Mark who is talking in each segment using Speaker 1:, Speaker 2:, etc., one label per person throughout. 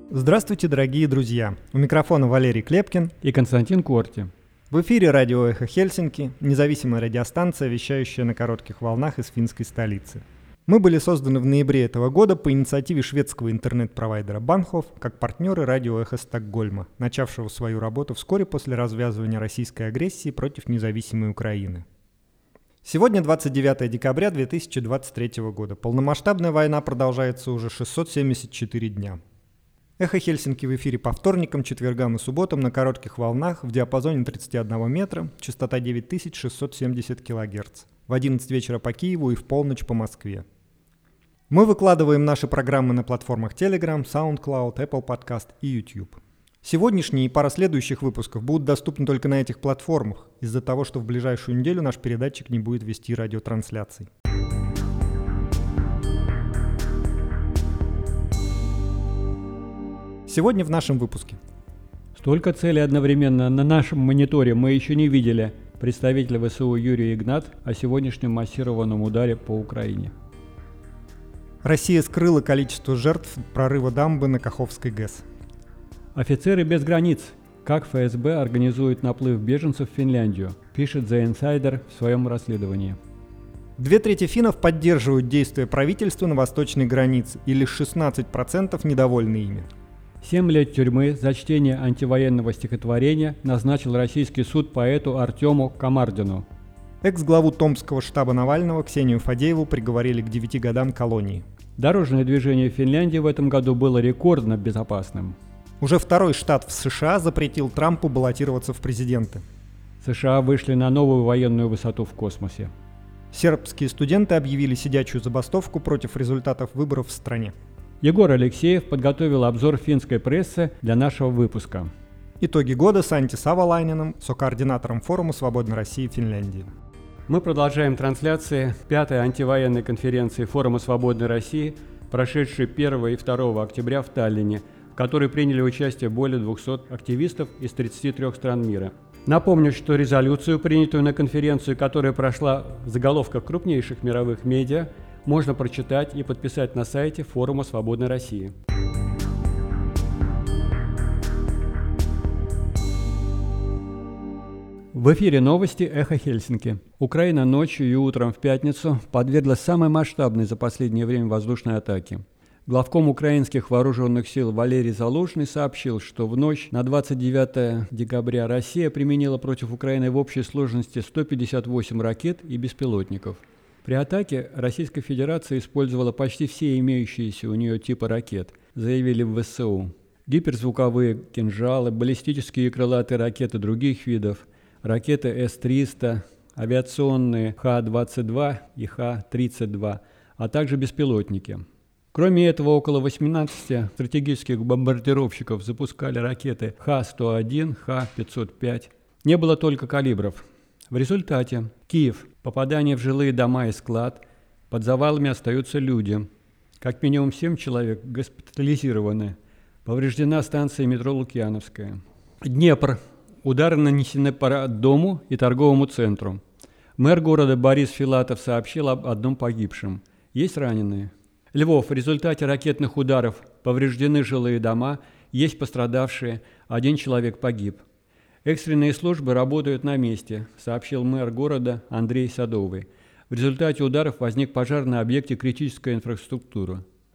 Speaker 1: Здравствуйте, дорогие друзья! У микрофона Валерий Клепкин
Speaker 2: и Константин Корти.
Speaker 1: В эфире радио «Эхо Хельсинки», независимая радиостанция, вещающая на коротких волнах из финской столицы. Мы были созданы в ноябре этого года по инициативе шведского интернет-провайдера Bahnhof как партнеры радио «Эхо Стокгольма», начавшего свою работу вскоре после развязывания российской агрессии против независимой Украины. Сегодня 29 декабря 2023 года. Полномасштабная война продолжается уже 674 дня. «Эхо Хельсинки» в эфире по вторникам, четвергам и субботам на коротких волнах в диапазоне 31 метра, частота 9670 кГц, в 11 вечера по Киеву и в полночь по Москве. Мы выкладываем наши программы на платформах Telegram, SoundCloud, Apple Podcast и YouTube. Сегодняшние и пара следующих выпусков будут доступны только на этих платформах, из-за того, что в ближайшую неделю наш передатчик не будет вести радиотрансляций. Сегодня в нашем выпуске.
Speaker 2: Столько целей одновременно на нашем мониторе мы еще не видели. Представитель ВСУ Юрий Игнат о сегодняшнем массированном ударе по Украине.
Speaker 1: Россия скрыла количество жертв прорыва дамбы на Каховской ГЭС.
Speaker 2: Офицеры без границ. Как ФСБ организует наплыв беженцев в Финляндию, пишет The Insider в своем расследовании.
Speaker 1: 2/3 финнов поддерживают действия правительства на восточной границе, и лишь 16% недовольны ими.
Speaker 2: 7 лет тюрьмы за чтение антивоенного стихотворения назначил российский суд поэту Артему Камардину.
Speaker 1: Экс-главу Томского штаба Навального Ксению Фадееву приговорили к 9 годам колонии.
Speaker 2: Дорожное движение в Финляндии в этом году было рекордно безопасным.
Speaker 1: Уже второй штат в США запретил Трампу баллотироваться в президенты.
Speaker 2: США вышли на новую военную высоту в космосе.
Speaker 1: Сербские студенты объявили сидячую забастовку против результатов выборов в стране.
Speaker 2: Егор Алексеев подготовил обзор финской прессы для нашего выпуска.
Speaker 1: Итоги года с Анти Савалайненом, сокоординатором форума «Свободной России» в Финляндии.
Speaker 2: Мы продолжаем трансляции 5-й антивоенной конференции форума «Свободной России», прошедшей 1 и 2 октября в Таллине, в которой приняли участие более 200 активистов из 33 стран мира. Напомню, что резолюцию, принятую на конференцию, которая прошла в заголовках крупнейших мировых медиа, можно прочитать и подписать на сайте форума «Свободной России». В эфире новости «Эхо Хельсинки». Украина ночью и утром в пятницу подверглась самой масштабной за последнее время воздушной атаке. Главком украинских вооруженных сил Валерий Залужный сообщил, что в ночь на 29 декабря Россия применила против Украины в общей сложности 158 ракет и беспилотников. При атаке Российская Федерация использовала почти все имеющиеся у нее типы ракет, заявили в ВСУ. Гиперзвуковые кинжалы, баллистические крылатые ракеты других видов, ракеты С-300, авиационные Х-22 и Х-32, а также беспилотники. Кроме этого, около 18 стратегических бомбардировщиков запускали ракеты Х-101, Х-505. Не было только калибров. В результате Киев, попадание в жилые дома и склад, под завалами остаются люди. Как минимум 7 человек госпитализированы. Повреждена станция метро Лукьяновская. Днепр. Удары нанесены по дому и торговому центру. Мэр города Борис Филатов сообщил об одном погибшем. Есть раненые. Львов. В результате ракетных ударов повреждены жилые дома, есть пострадавшие, 1 человек погиб. Экстренные службы работают на месте, сообщил мэр города Андрей Садовый. В результате ударов возник пожар на объекте критической инфраструктуры.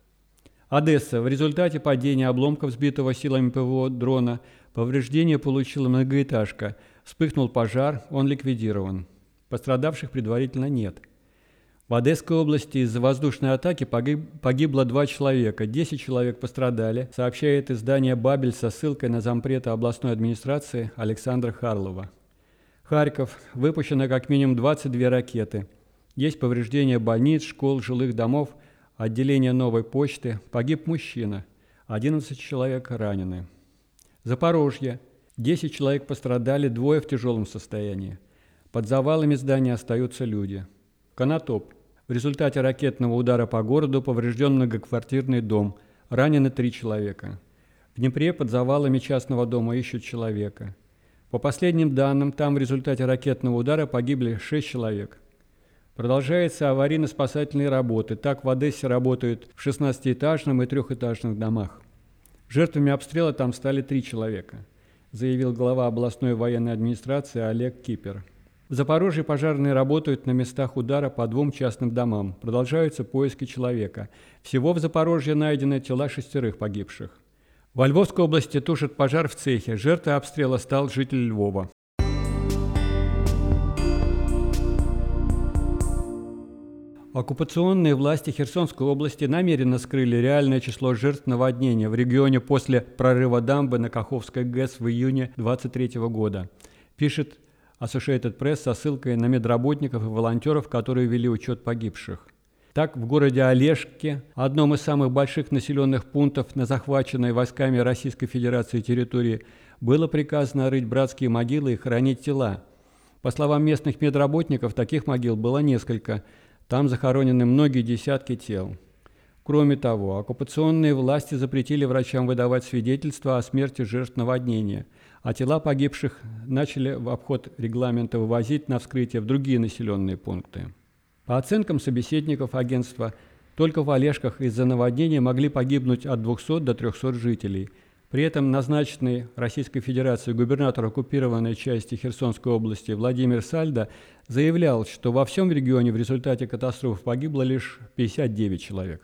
Speaker 2: Одесса. В результате падения обломков сбитого силами ПВО дрона повреждения получила многоэтажка. Вспыхнул пожар, он ликвидирован. Пострадавших предварительно нет. В Одесской области из-за воздушной атаки погибло 2 человека, 10 человек пострадали, сообщает издание «Бабель» со ссылкой на зампреда областной администрации Александра Харлова. Харьков. Выпущено как минимум 22 ракеты. Есть повреждения больниц, школ, жилых домов, отделения новой почты. Погиб мужчина. 11 человек ранены. Запорожье. 10 человек пострадали, 2 в тяжелом состоянии. Под завалами здания остаются люди. Конотоп. В результате ракетного удара по городу поврежден многоквартирный дом. Ранены 3 человека. В Днепре под завалами частного дома ищут человека. По последним данным, там в результате ракетного удара погибли 6 человек. Продолжаются аварийно-спасательные работы. Так в Одессе работают в 16-этажном и 3-этажных домах. Жертвами обстрела там стали 3 человека, заявил глава областной военной администрации Олег Кипер. В Запорожье пожарные работают на местах удара по 2 частным домам. Продолжаются поиски человека. Всего в Запорожье найдены тела 6 погибших. Во Львовской области тушат пожар в цехе. Жертвой обстрела стал житель Львова. Оккупационные власти Херсонской области намеренно скрыли реальное число жертв наводнения в регионе после прорыва дамбы на Каховской ГЭС в июне 2023 года, пишет Associated Press со ссылкой на медработников и волонтеров, которые вели учет погибших. Так, в городе Олежке, одном из самых больших населенных пунктов на захваченной войсками Российской Федерации территории, было приказано рыть братские могилы и хоронить тела. По словам местных медработников, таких могил было несколько. Там захоронены многие десятки тел. Кроме того, оккупационные власти запретили врачам выдавать свидетельства о смерти жертв наводнения, а тела погибших начали в обход регламента вывозить на вскрытие в другие населенные пункты. По оценкам собеседников агентства, только в Олежках из-за наводнения могли погибнуть от 200 до 300 жителей. При этом назначенный Российской Федерацией губернатор оккупированной части Херсонской области Владимир Сальдо заявлял, что во всем регионе в результате катастрофы погибло лишь 59 человек.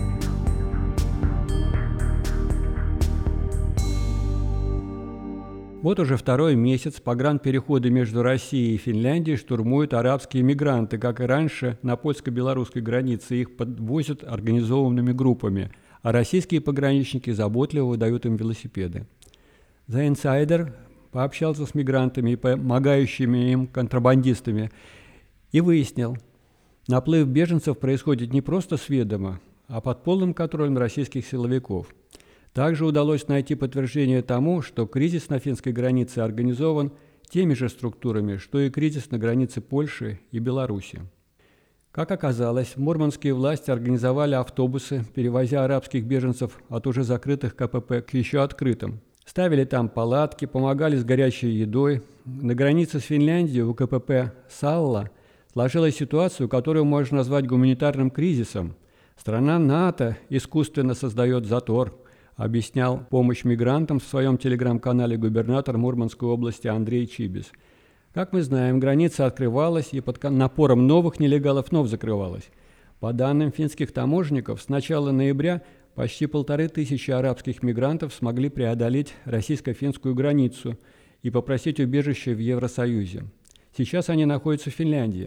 Speaker 2: Вот уже 2-й месяц погранпереходы между Россией и Финляндией штурмуют арабские мигранты. Как и раньше, на польско-белорусской границе их подвозят организованными группами, а российские пограничники заботливо выдают им велосипеды. The Insider пообщался с мигрантами и помогающими им контрабандистами и выяснил, наплыв беженцев происходит не просто с ведома, а под полным контролем российских силовиков. Также удалось найти подтверждение тому, что кризис на финской границе организован теми же структурами, что и кризис на границе Польши и Беларуси. Как оказалось, мурманские власти организовали автобусы, перевозя арабских беженцев от уже закрытых КПП к еще открытым. Ставили там палатки, помогали с горячей едой. На границе с Финляндией у КПП «Салла» сложилась ситуация, которую можно назвать гуманитарным кризисом. Страна НАТО искусственно создает затор, объяснял помощь мигрантам в своем телеграм-канале губернатор Мурманской области Андрей Чибис. Как мы знаем, граница открывалась и под напором новых нелегалов вновь закрывалась. По данным финских таможенников, с начала ноября почти 1500 арабских мигрантов смогли преодолеть российско-финскую границу и попросить убежище в Евросоюзе. Сейчас они находятся в Финляндии.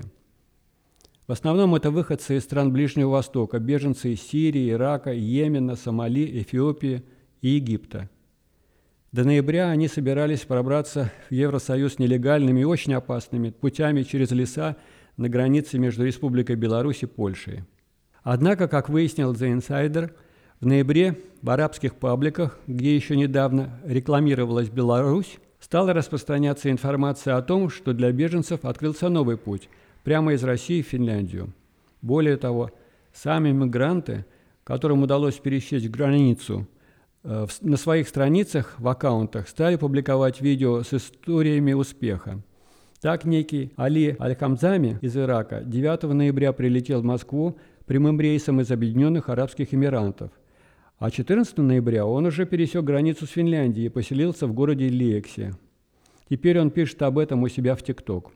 Speaker 2: В основном это выходцы из стран Ближнего Востока, беженцы из Сирии, Ирака, Йемена, Сомали, Эфиопии и Египта. До ноября они собирались пробраться в Евросоюз нелегальными и очень опасными путями через леса на границе между Республикой Беларусь и Польшей. Однако, как выяснил The Insider, в ноябре в арабских пабликах, где еще недавно рекламировалась Беларусь, стала распространяться информация о том, что для беженцев открылся новый путь – прямо из России в Финляндию. Более того, сами мигранты, которым удалось пересечь границу, на своих страницах в аккаунтах стали публиковать видео с историями успеха. Так некий Али Аль-Хамзами из Ирака 9 ноября прилетел в Москву прямым рейсом из Объединенных Арабских Эмиратов, а 14 ноября он уже пересек границу с Финляндией и поселился в городе Лиекси. Теперь он пишет об этом у себя в ТикТок.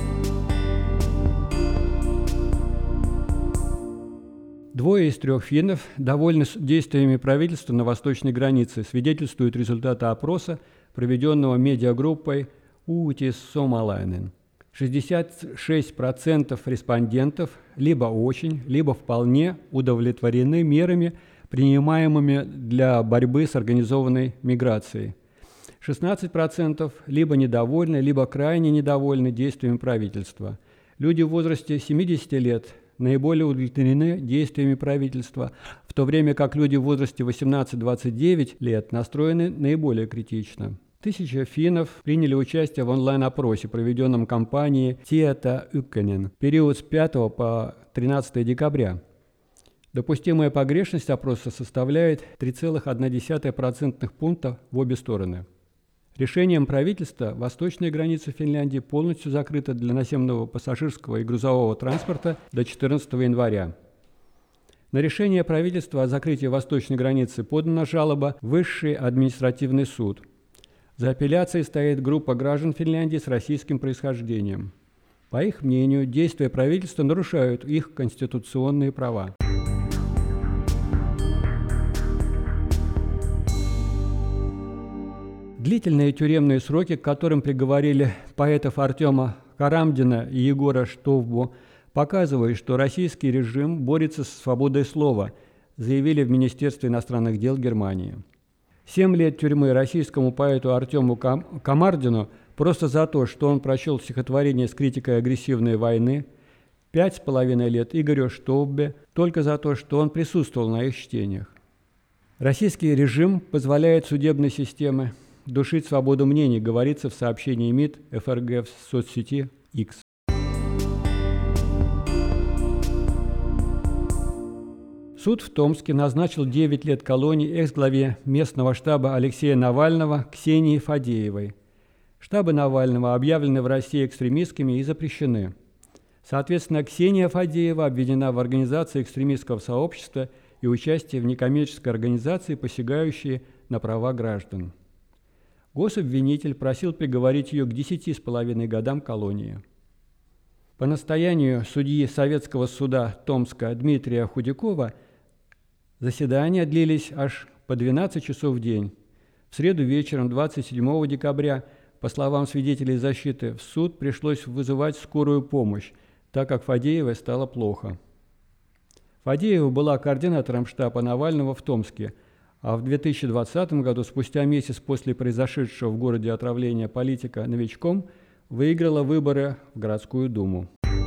Speaker 2: Двое из 3 финнов довольны действиями правительства на восточной границе, свидетельствуют результаты опроса, проведенного медиагруппой Uutis Suomalainen. 66% респондентов либо очень, либо вполне удовлетворены мерами, принимаемыми для борьбы с организованной миграцией. 16% либо недовольны, либо крайне недовольны действиями правительства. Люди в возрасте 70 лет наиболее удовлетворены действиями правительства, в то время как люди в возрасте 18-29 лет настроены наиболее критично. 1000 финнов приняли участие в онлайн-опросе, проведенном компанией Tieto Ykkönen, период с 5 по 13 декабря. Допустимая погрешность опроса составляет 3,1% пункта в обе стороны. Решением правительства восточная граница Финляндии полностью закрыта для наземного пассажирского и грузового транспорта до 14 января. На решение правительства о закрытии восточной границы подана жалоба в Высший административный суд. За апелляцией стоит группа граждан Финляндии с российским происхождением. По их мнению, действия правительства нарушают их конституционные права. Длительные тюремные сроки, к которым приговорили поэтов Артема Карамдина и Егора Штовбу, показывают, что российский режим борется со свободой слова, заявили в Министерстве иностранных дел Германии. 7 лет тюрьмы российскому поэту Артему Камардину просто за то, что он прочел стихотворение с критикой агрессивной войны, 5,5 лет Игорю Штовбе только за то, что он присутствовал на их чтениях. Российский режим позволяет судебной системе душить свободу мнений, говорится в сообщении МИД ФРГ в соцсети X. Суд в Томске назначил 9 лет колонии экс-главе местного штаба Алексея Навального Ксении Фадеевой. Штабы Навального объявлены в России экстремистскими и запрещены. Соответственно, Ксения Фадеева обвинена в организации экстремистского сообщества и участии в некоммерческой организации, посягающей на права граждан. Гособвинитель просил приговорить ее к 10,5 годам колонии. По настоянию судьи Советского суда Томска Дмитрия Худякова заседания длились аж по 12 часов в день. В среду вечером 27 декабря, по словам свидетелей защиты, в суд пришлось вызывать скорую помощь, так как Фадеевой стало плохо. Фадеева была координатором штаба Навального в Томске, а в 2020 году, спустя месяц после произошедшего в городе отравления политика новичком, выиграла выборы в городскую думу.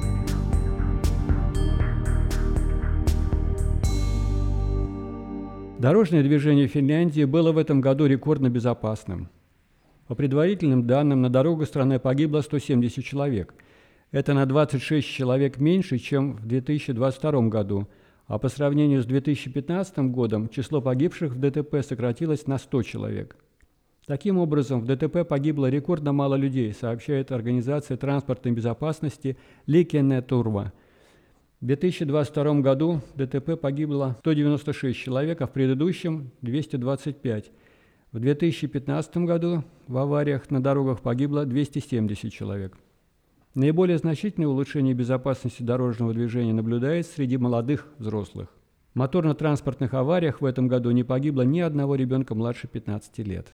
Speaker 2: Дорожное движение в Финляндии было в этом году рекордно безопасным. По предварительным данным, на дорогах страны погибло 170 человек. Это на 26 человек меньше, чем в 2022 году, а по сравнению с 2015 годом число погибших в ДТП сократилось на 100 человек. Таким образом, в ДТП погибло рекордно мало людей, сообщает Организация транспортной безопасности Liikenneturva. В 2022 году в ДТП погибло 196 человек, а в предыдущем – 225. В 2015 году в авариях на дорогах погибло 270 человек. Наиболее значительное улучшение безопасности дорожного движения наблюдается среди молодых взрослых. В моторно-транспортных авариях в этом году не погибло ни одного ребенка младше 15 лет.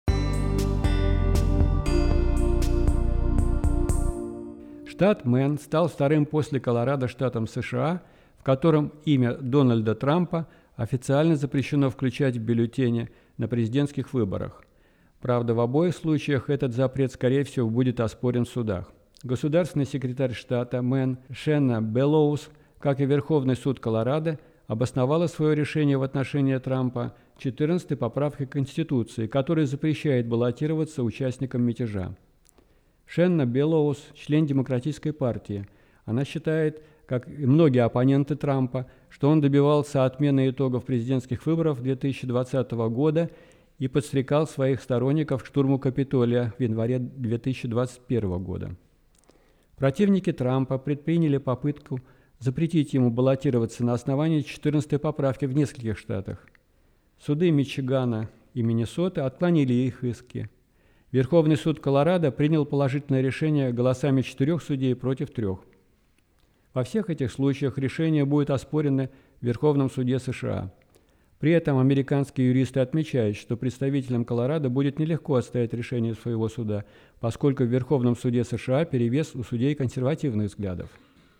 Speaker 2: Штат Мэн стал вторым после Колорадо штатом США, в котором имя Дональда Трампа официально запрещено включать в бюллетени на президентских выборах. Правда, в обоих случаях этот запрет, скорее всего, будет оспорен в судах. Государственный секретарь штата Мэн Шенна Беллоус, как и Верховный суд Колорадо, обосновала свое решение в отношении Трампа 14-й поправкой Конституции, которая запрещает баллотироваться участникам мятежа. Шенна Беллоус – член Демократической партии. Она считает, как и многие оппоненты Трампа, что он добивался отмены итогов президентских выборов 2020 года и подстрекал своих сторонников к штурму Капитолия в январе 2021 года. Противники Трампа предприняли попытку запретить ему баллотироваться на основании 14-й поправки в нескольких штатах. Суды Мичигана и Миннесоты отклонили их иски. Верховный суд Колорадо принял положительное решение голосами 4 судей против 3. Во всех этих случаях решение будет оспорено в Верховном суде США. При этом американские юристы отмечают, что представителям Колорадо будет нелегко отстоять решение своего суда, поскольку в Верховном суде США перевес у судей консервативных взглядов.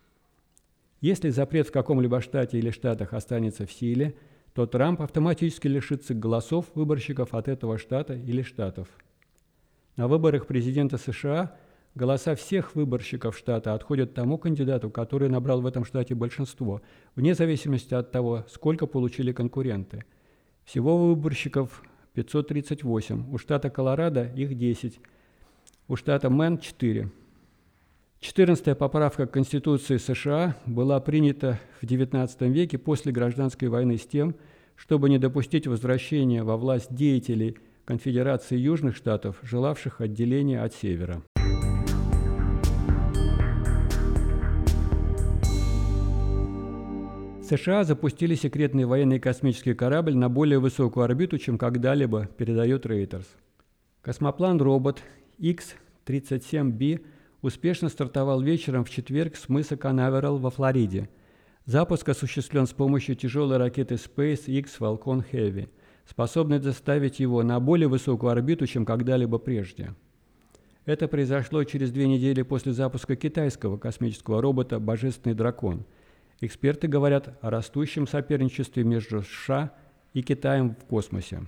Speaker 2: Если запрет в каком-либо штате или штатах останется в силе, то Трамп автоматически лишится голосов выборщиков от этого штата или штатов. На выборах президента США голоса всех выборщиков штата отходят тому кандидату, который набрал в этом штате большинство, вне зависимости от того, сколько получили конкуренты. Всего выборщиков 538, у штата Колорадо их 10, у штата Мэн 4. 14-я поправка к Конституции США была принята в XIX веке после гражданской войны с тем, чтобы не допустить возвращения во власть деятелей Конфедерации Южных Штатов, желавших отделения от Севера. США запустили секретный военный космический корабль на более высокую орбиту, чем когда-либо, передает Reuters. Космоплан-робот X-37B успешно стартовал вечером в четверг с мыса Канаверал во Флориде. Запуск осуществлен с помощью тяжелой ракеты SpaceX Falcon Heavy, способной доставить его на более высокую орбиту, чем когда-либо прежде. Это произошло через 2 недели после запуска китайского космического робота «Божественный дракон». Эксперты говорят о растущем соперничестве между США и Китаем в космосе.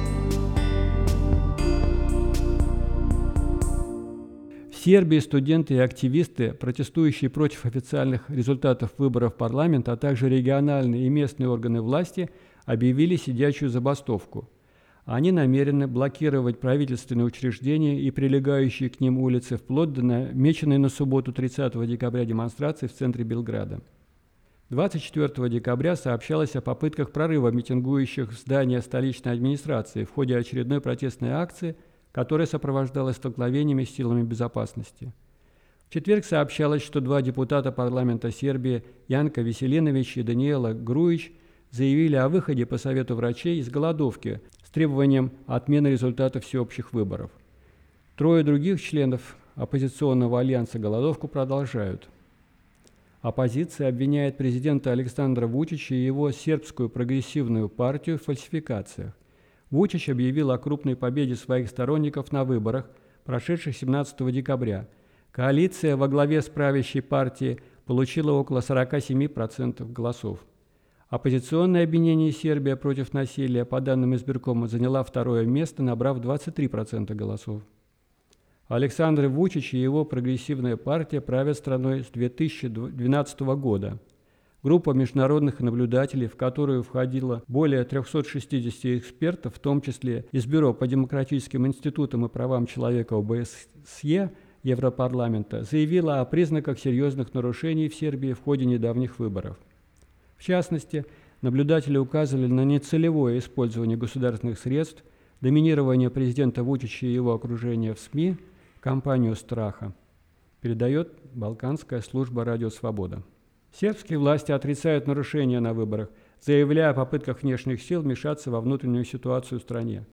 Speaker 2: В Сербии студенты и активисты, протестующие против официальных результатов выборов в парламент, а также региональные и местные органы власти, объявили сидячую забастовку. Они намерены блокировать правительственные учреждения и прилегающие к ним улицы вплоть до намеченной на субботу 30 декабря демонстрации в центре Белграда. 24 декабря сообщалось о попытках прорыва митингующих в здание столичной администрации в ходе очередной протестной акции, которая сопровождалась столкновениями с силами безопасности. В четверг сообщалось, что 2 депутата парламента Сербии, Янко Веселинович и Даниела Груич, заявили о выходе по совету врачей из голодовки с требованием отмены результатов всеобщих выборов. 3 других членов оппозиционного альянса голодовку продолжают. Оппозиция обвиняет президента Александра Вучича и его сербскую прогрессивную партию в фальсификациях. Вучич объявил о крупной победе своих сторонников на выборах, прошедших 17 декабря. Коалиция во главе с правящей партией получила около 47% голосов. Оппозиционное объединение «Сербия против насилия», по данным избиркома, заняла 2-е место, набрав 23% голосов. Александр Вучич и его прогрессивная партия правят страной с 2012 года. Группа международных наблюдателей, в которую входило более 360 экспертов, в том числе из Бюро по демократическим институтам и правам человека ОБСЕ Европарламента, заявила о признаках серьезных нарушений в Сербии в ходе недавних выборов. В частности, наблюдатели указывали на нецелевое использование государственных средств, доминирование президента Вучича и его окружения в СМИ, кампанию страха, передает Балканская служба «Радио Свобода». Сербские власти отрицают нарушения на выборах, заявляя о попытках внешних сил вмешаться во внутреннюю ситуацию в стране.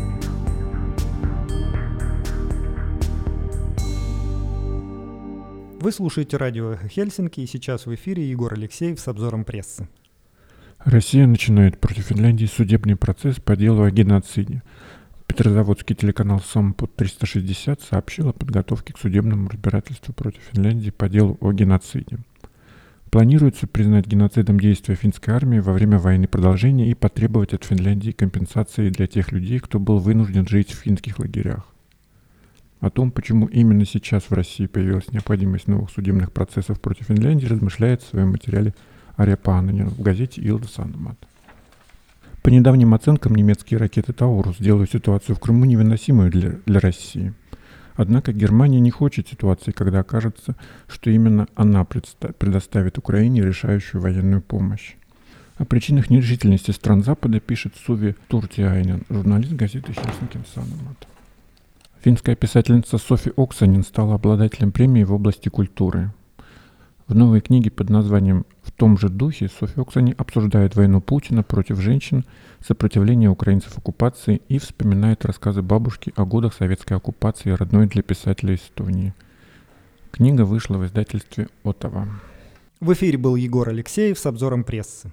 Speaker 1: Вы слушаете радио «Эхо Хельсинки», и сейчас в эфире Егор Алексеев с обзором прессы.
Speaker 3: Россия начинает против Финляндии судебный процесс по делу о геноциде. Петрозаводский телеканал СомПод-360 сообщил о подготовке к судебному разбирательству против Финляндии по делу о геноциде. Планируется признать геноцидом действия финской армии во время войны продолжения и потребовать от Финляндии компенсации для тех людей, кто был вынужден жить в финских лагерях. О том, почему именно сейчас в России появилась необходимость новых судебных процессов против Финляндии, размышляет в своем материале Ария Паананен в газете «Илда Саномат». По недавним оценкам, немецкие ракеты «Таурус» делают ситуацию в Крыму невыносимую для России. Однако Германия не хочет ситуации, когда окажется, что именно она предоставит Украине решающую военную помощь. О причинах нерешительности стран Запада пишет Суви Туртиайнен, журналист газеты «Хельсинки Саномат». Финская писательница Софи Оксанен стала обладателем премии в области культуры. В новой книге под названием «В том же духе» Софи Оксанен обсуждает войну Путина против женщин, сопротивление украинцев оккупации и вспоминает рассказы бабушки о годах советской оккупации, родной для писателя Эстонии. Книга вышла в издательстве «Оттава».
Speaker 1: В эфире был Егор Алексеев с обзором прессы.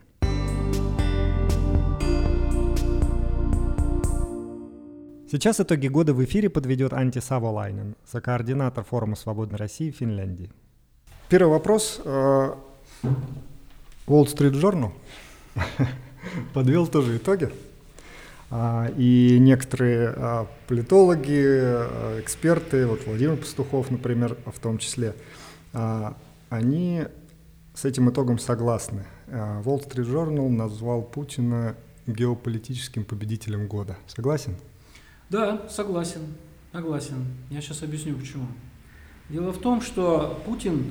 Speaker 1: Сейчас итоги года в эфире подведет Анти Саволайнен, сокоординатор форума «Свободной России» в Финляндии. Первый вопрос. Wall Street Journal подвел тоже итоги. И некоторые политологи, эксперты, вот Владимир Пастухов, например, в том числе, они с этим итогом согласны. Wall Street Journal назвал Путина геополитическим победителем года. Согласен?
Speaker 4: Да, согласен. Я сейчас объясню, почему. Дело в том, что Путин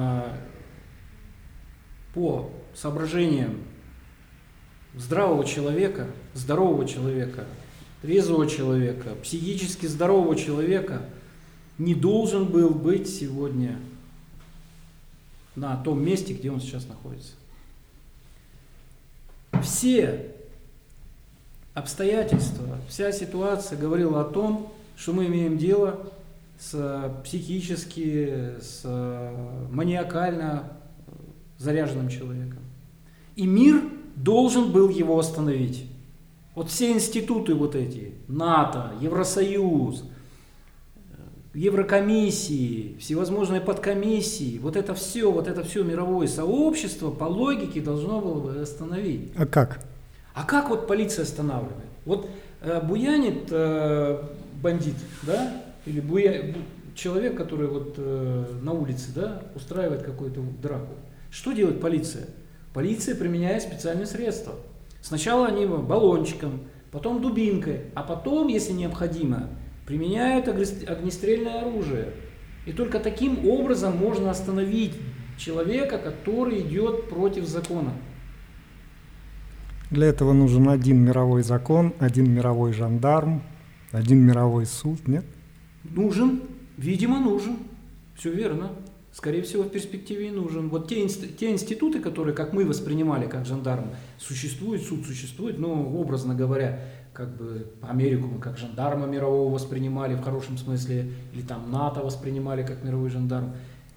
Speaker 4: по соображениям здравого человека, здорового человека, трезвого человека, психически здорового человека не должен был быть сегодня на том месте, где он сейчас находится. все обстоятельства, вся ситуация говорила о том, что мы имеем дело с психически, с маниакально заряженным человеком. И мир должен был его остановить. Вот все институты вот эти, НАТО, Евросоюз, Еврокомиссии, всевозможные подкомиссии, вот это все мировое сообщество по логике должно было бы остановить.
Speaker 1: А как?
Speaker 4: А как вот полиция останавливает? Вот буянит бандит, да, или человек, который вот на улице, да, устраивает какую-то драку. Что делает полиция? Полиция применяет специальные средства. Сначала они баллончиком, потом дубинкой, а потом, если необходимо, применяют огнестрельное оружие. И только таким образом можно остановить человека, который идет против закона.
Speaker 1: Для этого нужен один мировой закон, один мировой жандарм, один мировой суд, нет?
Speaker 4: Нужен, видимо, нужен. Все верно. Скорее всего, в перспективе и нужен. Вот те институты, которые, как мы воспринимали, как жандарм, существует, суд существует, но, образно говоря, как бы Америку мы как жандарма мирового воспринимали в хорошем смысле, или там НАТО воспринимали как мировой жандарм,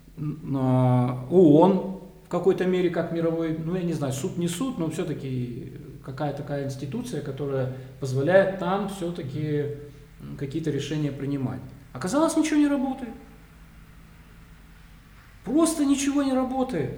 Speaker 4: ООН в какой-то мере как мировой, ну я не знаю, суд не суд, но все-таки какая такая институция, которая позволяет там все-таки какие-то решения принимать. Оказалось, ничего не работает. Просто ничего не работает.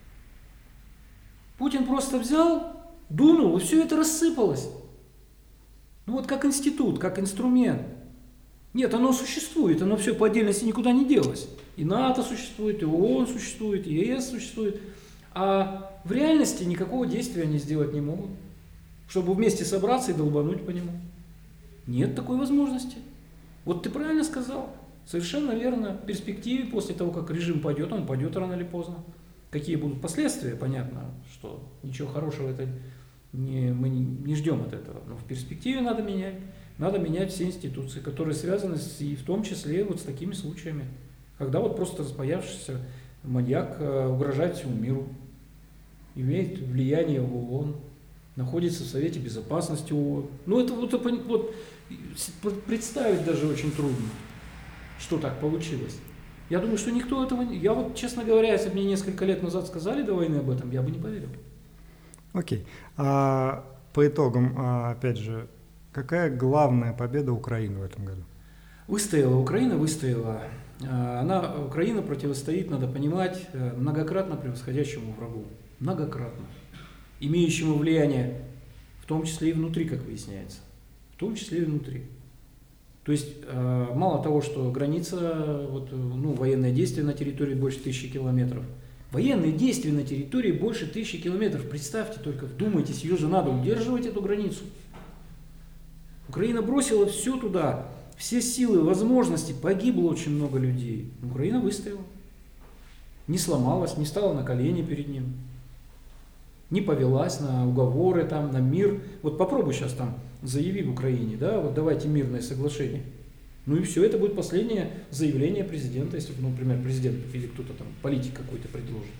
Speaker 4: Путин просто взял, дунул, и все это рассыпалось. Ну вот как институт, как инструмент. Нет, оно существует, оно все по отдельности никуда не делось. И НАТО существует, и ООН существует, и ЕС существует. А в реальности никакого действия они сделать не могут, чтобы вместе собраться и долбануть по нему. Нет такой возможности. Вот ты правильно сказал. Совершенно верно. В перспективе, после того, как режим пойдет, он пойдет рано или поздно. Какие будут последствия, понятно, что ничего хорошего это мы не ждем от этого. Но в перспективе надо менять. Надо менять все институции, которые связаны и в том числе вот с такими случаями. Когда вот просто распоявшийся маньяк угрожает всему миру, имеет влияние в ООН, находится в Совете Безопасности ООН. Ну это вот представить даже очень трудно, что так получилось. Я думаю, что никто этого не... Я вот, честно говоря, если бы мне несколько лет назад сказали до войны об этом, я бы не поверил.
Speaker 1: Окей. А по итогам, опять же, какая главная победа Украины в этом году?
Speaker 4: Выстояла, Украина выстояла. Украина противостоит, надо понимать, многократно превосходящему врагу. Многократно. Имеющему влияние, в том числе и внутри, как выясняется. В том числе и внутри. То есть, мало того, что граница, военные действия на территории больше 1000 километров. Военные действия на территории больше 1000 километров. Представьте только, вдумайтесь, ее же надо удерживать, эту границу. Украина бросила все туда, все силы, возможности, погибло очень много людей. Украина выстояла. Не сломалась, не стала на колени перед ним. Не повелась на уговоры, там, на мир. Вот попробуй сейчас там, заяви в Украине, да, вот давайте мирное соглашение. Ну и все, это будет последнее заявление президента, если, например, президент или кто-то там, политик какой-то предложит.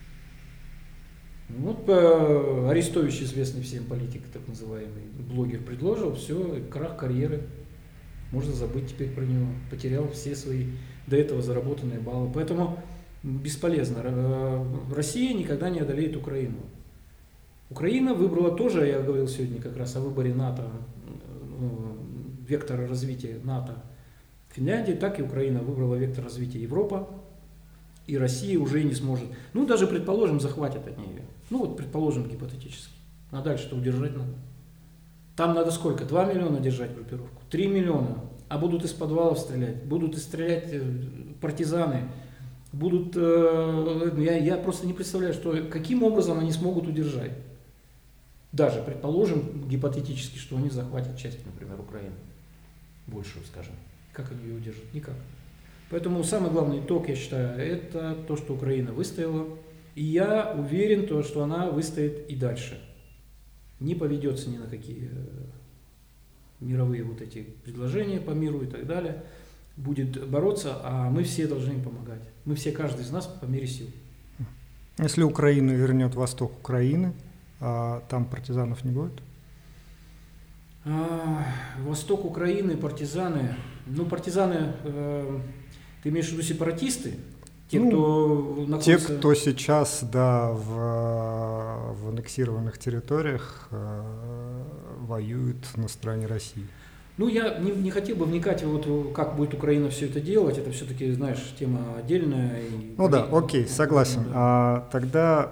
Speaker 4: Вот Арестович, известный всем политик, так называемый, блогер, предложил, все, крах карьеры. Можно забыть теперь про него. Потерял все свои до этого заработанные баллы. Поэтому бесполезно. Россия никогда не одолеет Украину. Украина выбрала тоже, я говорил сегодня как раз о выборе НАТО, вектора развития НАТО Финляндии, так и Украина выбрала вектор развития Европа, и Россия уже не сможет, ну даже предположим, захватят от нее, ну вот предположим гипотетически, а дальше-то удержать надо. Там надо сколько? 2 миллиона держать группировку, 3 миллиона, а будут из подвалов стрелять, будут стрелять партизаны, будут, я просто не представляю, каким образом они смогут удержать. Даже, предположим, гипотетически, что они захватят часть, например, Украины, большую, скажем. Как они ее удержат? Никак. Поэтому самый главный итог, я считаю, это то, что Украина выстояла. И я уверен, что она выстоит и дальше. Не поведется ни на какие мировые вот эти предложения по миру и так далее. Будет бороться, а мы все должны им помогать. Мы все, каждый из нас по мере сил.
Speaker 1: Если Украина вернет восток Украины, А там партизанов не будет?
Speaker 4: Восток Украины, партизаны. Ну, партизаны, ты имеешь в виду сепаратисты? Те, кто находится...
Speaker 1: Те, кто сейчас, да, в аннексированных территориях воюют на стороне России.
Speaker 4: Ну, я не хотел бы вникать в как будет Украина все это делать. Это все-таки, знаешь, тема отдельная.
Speaker 1: Ну да, окей, согласен. Да. Тогда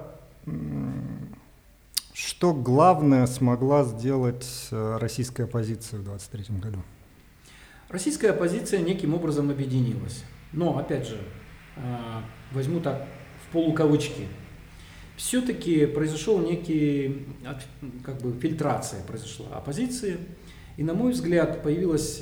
Speaker 1: что главное смогла сделать российская оппозиция в 2023 году?
Speaker 4: Российская оппозиция неким образом объединилась. Но, опять же, возьму так в полукавычки. Все-таки произошел некий, фильтрация произошла оппозиции. И, на мой взгляд, появилось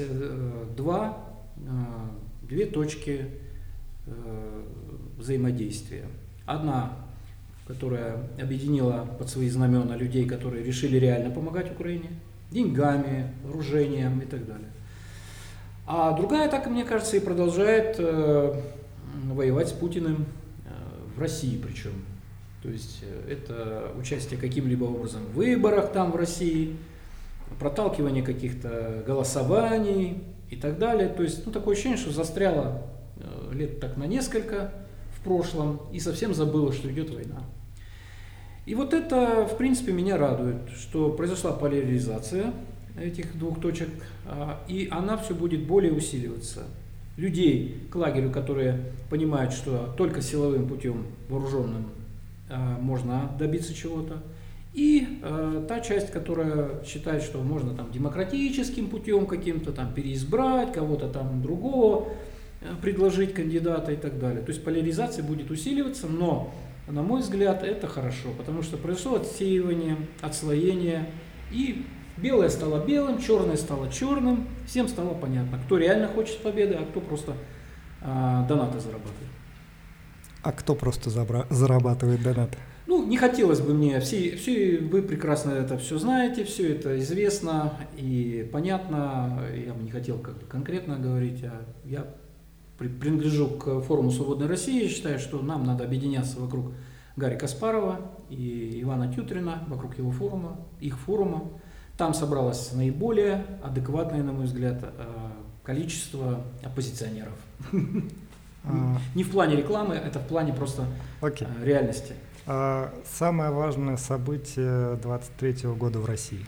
Speaker 4: две точки взаимодействия. Одна, которая объединила под свои знамена людей, которые решили реально помогать Украине, деньгами, вооружением и так далее. А другая, так мне кажется, и продолжает воевать с Путиным в России причем. То есть это участие каким-либо образом в выборах там в России, проталкивание каких-то голосований и так далее. То есть такое ощущение, что застряло лет так на несколько в прошлом и совсем забыла, что идет война. И вот это, в принципе, меня радует, что произошла поляризация этих двух точек, и она все будет более усиливаться. Людей к лагерю, которые понимают, что только силовым путем, вооруженным, можно добиться чего-то, и та часть, которая считает, что можно там демократическим путем каким-то там переизбрать, кого-то там другого предложить кандидата и так далее. То есть поляризация будет усиливаться, но, на мой взгляд, это хорошо, потому что произошло отсеивание, отслоение, и белое стало белым, черное стало черным, всем стало понятно, кто реально хочет победы, а кто просто донаты зарабатывает.
Speaker 1: А кто просто зарабатывает донаты?
Speaker 4: Ну, не хотелось бы мне, все вы прекрасно это все знаете, все это известно и понятно, я бы не хотел как-то конкретно говорить, я принадлежу к форуму «Свободной России», я считаю, что нам надо объединяться вокруг Гарри Каспарова и Ивана Тютрина, вокруг его форума, их форума. Там собралось наиболее адекватное, на мой взгляд, количество оппозиционеров. Не в плане рекламы, это в плане просто реальности.
Speaker 1: Самое важное событие 2023 года в России?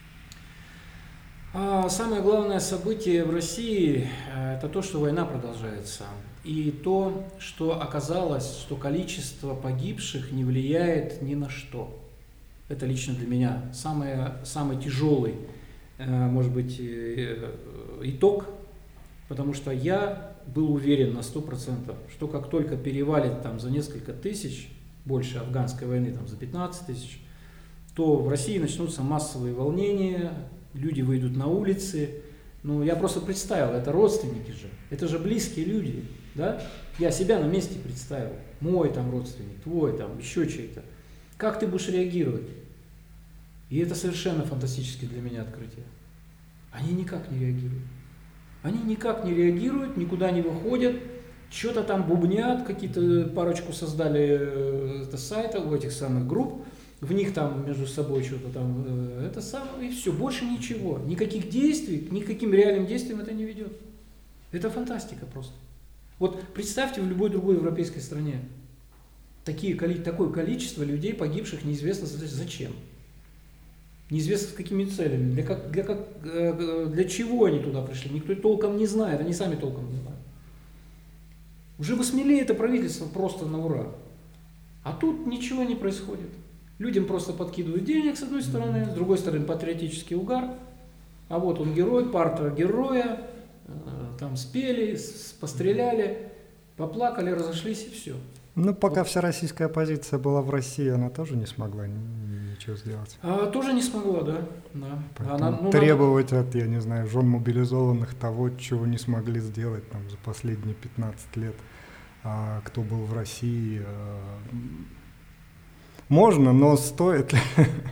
Speaker 4: Самое главное событие в России – это то, что война продолжается. И то, что оказалось, что количество погибших не влияет ни на что. Это лично для меня самый тяжелый, может быть, итог, потому что я был уверен на 100%, что как только перевалит там за несколько тысяч, больше афганской войны там за 15 тысяч, то в России начнутся массовые волнения, люди выйдут на улицы. Ну, я просто представил, это родственники же, это же близкие люди, да? Я себя на месте представил, мой там родственник, твой там, еще чей-то. Как ты будешь реагировать? И это совершенно фантастическое для меня открытие. Они никак не реагируют. Они никак не реагируют, никуда не выходят, что-то там бубнят, какие-то парочку создали сайтов, этих самых групп, в них там между собой что-то там, это самое, и все, больше ничего. Никаких действий, никаким реальным действием это не ведет. Это фантастика просто. Вот представьте в любой другой европейской стране такое количество людей, погибших, неизвестно зачем. Неизвестно с какими целями, для чего они туда пришли, никто толком не знает, они сами толком не знают. Уже бы смелее это правительство просто на ура. А тут ничего не происходит. Людям просто подкидывают денег с одной стороны, с другой стороны патриотический угар. А вот он герой, портрет героя, там спели, постреляли, поплакали, разошлись и все.
Speaker 1: Ну, пока вся российская оппозиция была в России, она тоже не смогла ничего сделать.
Speaker 4: Тоже не смогла, да.
Speaker 1: Требовать от, я не знаю, жен мобилизованных того, чего не смогли сделать там за последние 15 лет, кто был в России. Можно, но стоит ли?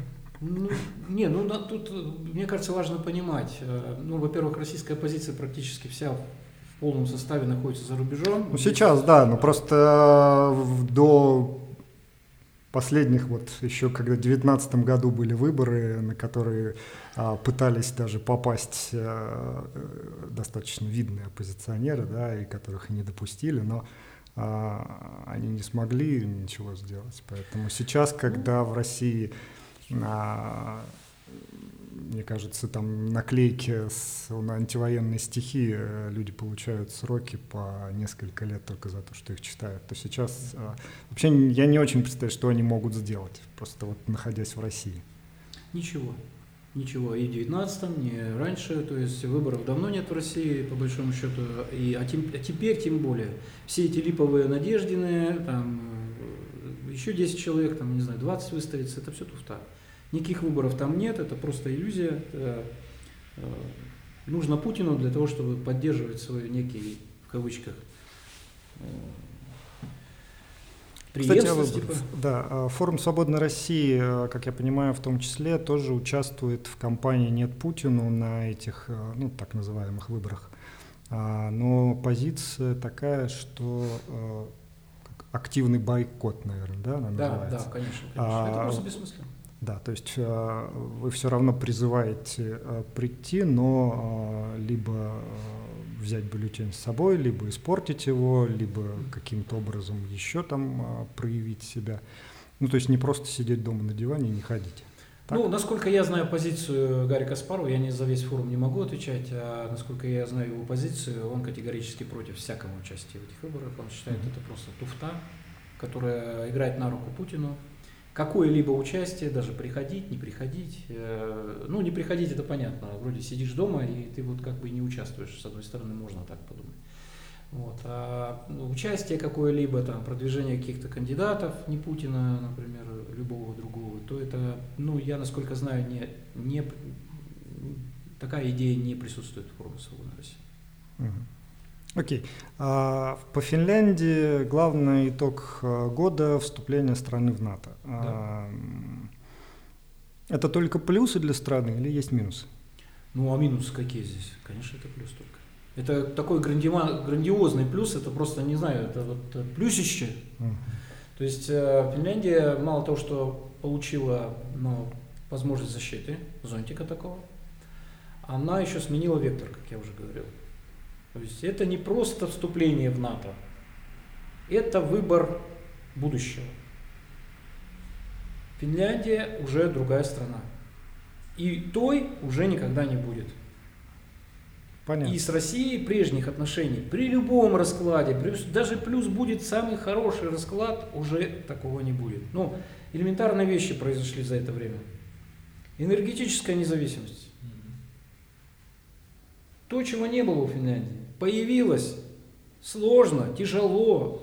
Speaker 4: Тут, мне кажется, важно понимать. Во-первых, российская оппозиция практически вся в полном составе находится за рубежом.
Speaker 1: Сейчас, да, но просто до последних, вот еще когда в 2019 году были выборы, на которые пытались даже попасть достаточно видные оппозиционеры, да, и которых и не допустили, но они не смогли ничего сделать. Поэтому сейчас, когда в России, мне кажется, там наклейки на антивоенные стихи, люди получают сроки по несколько лет только за то, что их читают, то сейчас вообще я не очень представляю, что они могут сделать, просто вот находясь в России.
Speaker 4: Ничего. Ничего. И в 19-м, ни раньше, то есть выборов давно нет в России, по большому счету, а теперь тем более. Все эти липовые Надеждины, там, еще 10 человек, там, не знаю, 20 выставится, это все туфта. Никаких выборов там нет, это просто иллюзия. Нужно Путину для того, чтобы поддерживать свой некий, в кавычках, преемственность.
Speaker 1: Да, Форум Свободной России, как я понимаю, в том числе тоже участвует в кампании «Нет Путину» на этих, ну, так называемых выборах. Но позиция такая, что активный бойкот, наверное, да, она называется?
Speaker 4: Да, конечно. Это просто бессмысленно.
Speaker 1: Да, то есть вы все равно призываете прийти, но либо взять бюллетень с собой, либо испортить его, либо каким-то образом еще там проявить себя. Ну, то есть не просто сидеть дома на диване и не ходить. Так?
Speaker 4: Ну, насколько я знаю позицию Гарри Каспарова, я не за весь форум не могу отвечать, а насколько я знаю его позицию, он категорически против всякого участия в этих выборах. Он считает это просто туфта, которая играет на руку Путину. Какое-либо участие, даже приходить, не приходить, ну, не приходить, это понятно, вроде сидишь дома, и ты вот как бы не участвуешь, с одной стороны, можно так подумать. Вот. А участие какое-либо, там, продвижение каких-то кандидатов, не Путина, например, любого другого, то это, ну, я, насколько знаю, такая идея не присутствует в форуме Свободной России.
Speaker 1: Окей. По Финляндии главный итог года — вступление страны в НАТО.
Speaker 4: Да.
Speaker 1: Это только плюсы для страны или есть минусы?
Speaker 4: Ну, а минусы какие здесь? Конечно, это плюс только. Это такой грандиозный плюс, это просто, не знаю, это вот плюсище. То есть Финляндия мало того, что получила, ну, возможность защиты, зонтика такого, она еще сменила вектор, как я уже говорил. То есть это не просто вступление в НАТО, это выбор будущего. Финляндия уже другая страна. И той уже никогда не будет.
Speaker 1: Понятно.
Speaker 4: И с Россией прежних отношений, при любом раскладе, даже плюс будет самый хороший расклад, уже такого не будет. Ну, элементарные вещи произошли за это время. Энергетическая независимость. То, чего не было у Финляндии, появилось сложно, тяжело.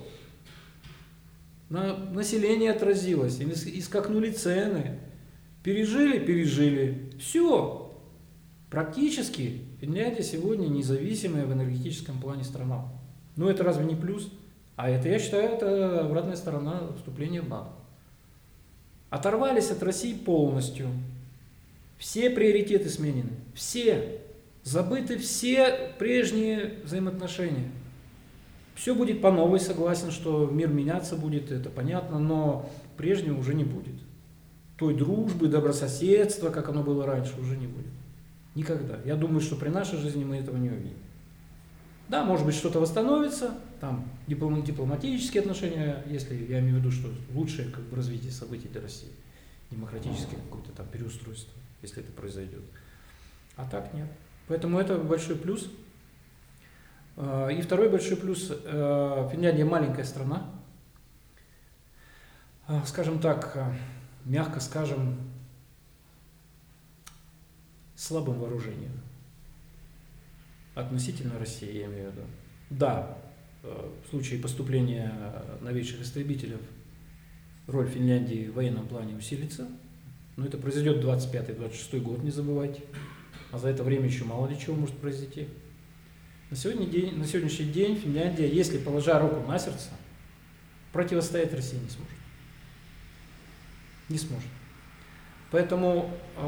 Speaker 4: На население отразилось, и скакнули цены. Пережили. Все. Практически Финляндия сегодня независимая в энергетическом плане страна. Ну это разве не плюс? А это, я считаю, это обратная сторона вступления в НАТО. Оторвались от России полностью. Все приоритеты сменены. Все. Забыты все прежние взаимоотношения. Все будет по новой, согласен, что мир меняться будет, это понятно, но прежнего уже не будет. Той дружбы, добрососедства, как оно было раньше, уже не будет. Никогда. Я думаю, что при нашей жизни мы этого не увидим. Да, может быть, что-то восстановится, там дипломатические отношения, если я имею в виду, что лучшее как бы развитие событий для России, демократическое какое-то там переустройство, если это произойдет. А так нет. Поэтому это большой плюс. И второй большой плюс. Финляндия маленькая страна. Скажем так, мягко скажем, слабым вооружением. Относительно России, я имею в виду. Да, в случае поступления новейших истребителей роль Финляндии в военном плане усилится. Но это произойдет 25-26 год, не забывайте. А за это время еще мало ли чего может произойти. На сегодняшний день Финляндия, если положа руку на сердце, противостоять России не сможет. Не сможет. Поэтому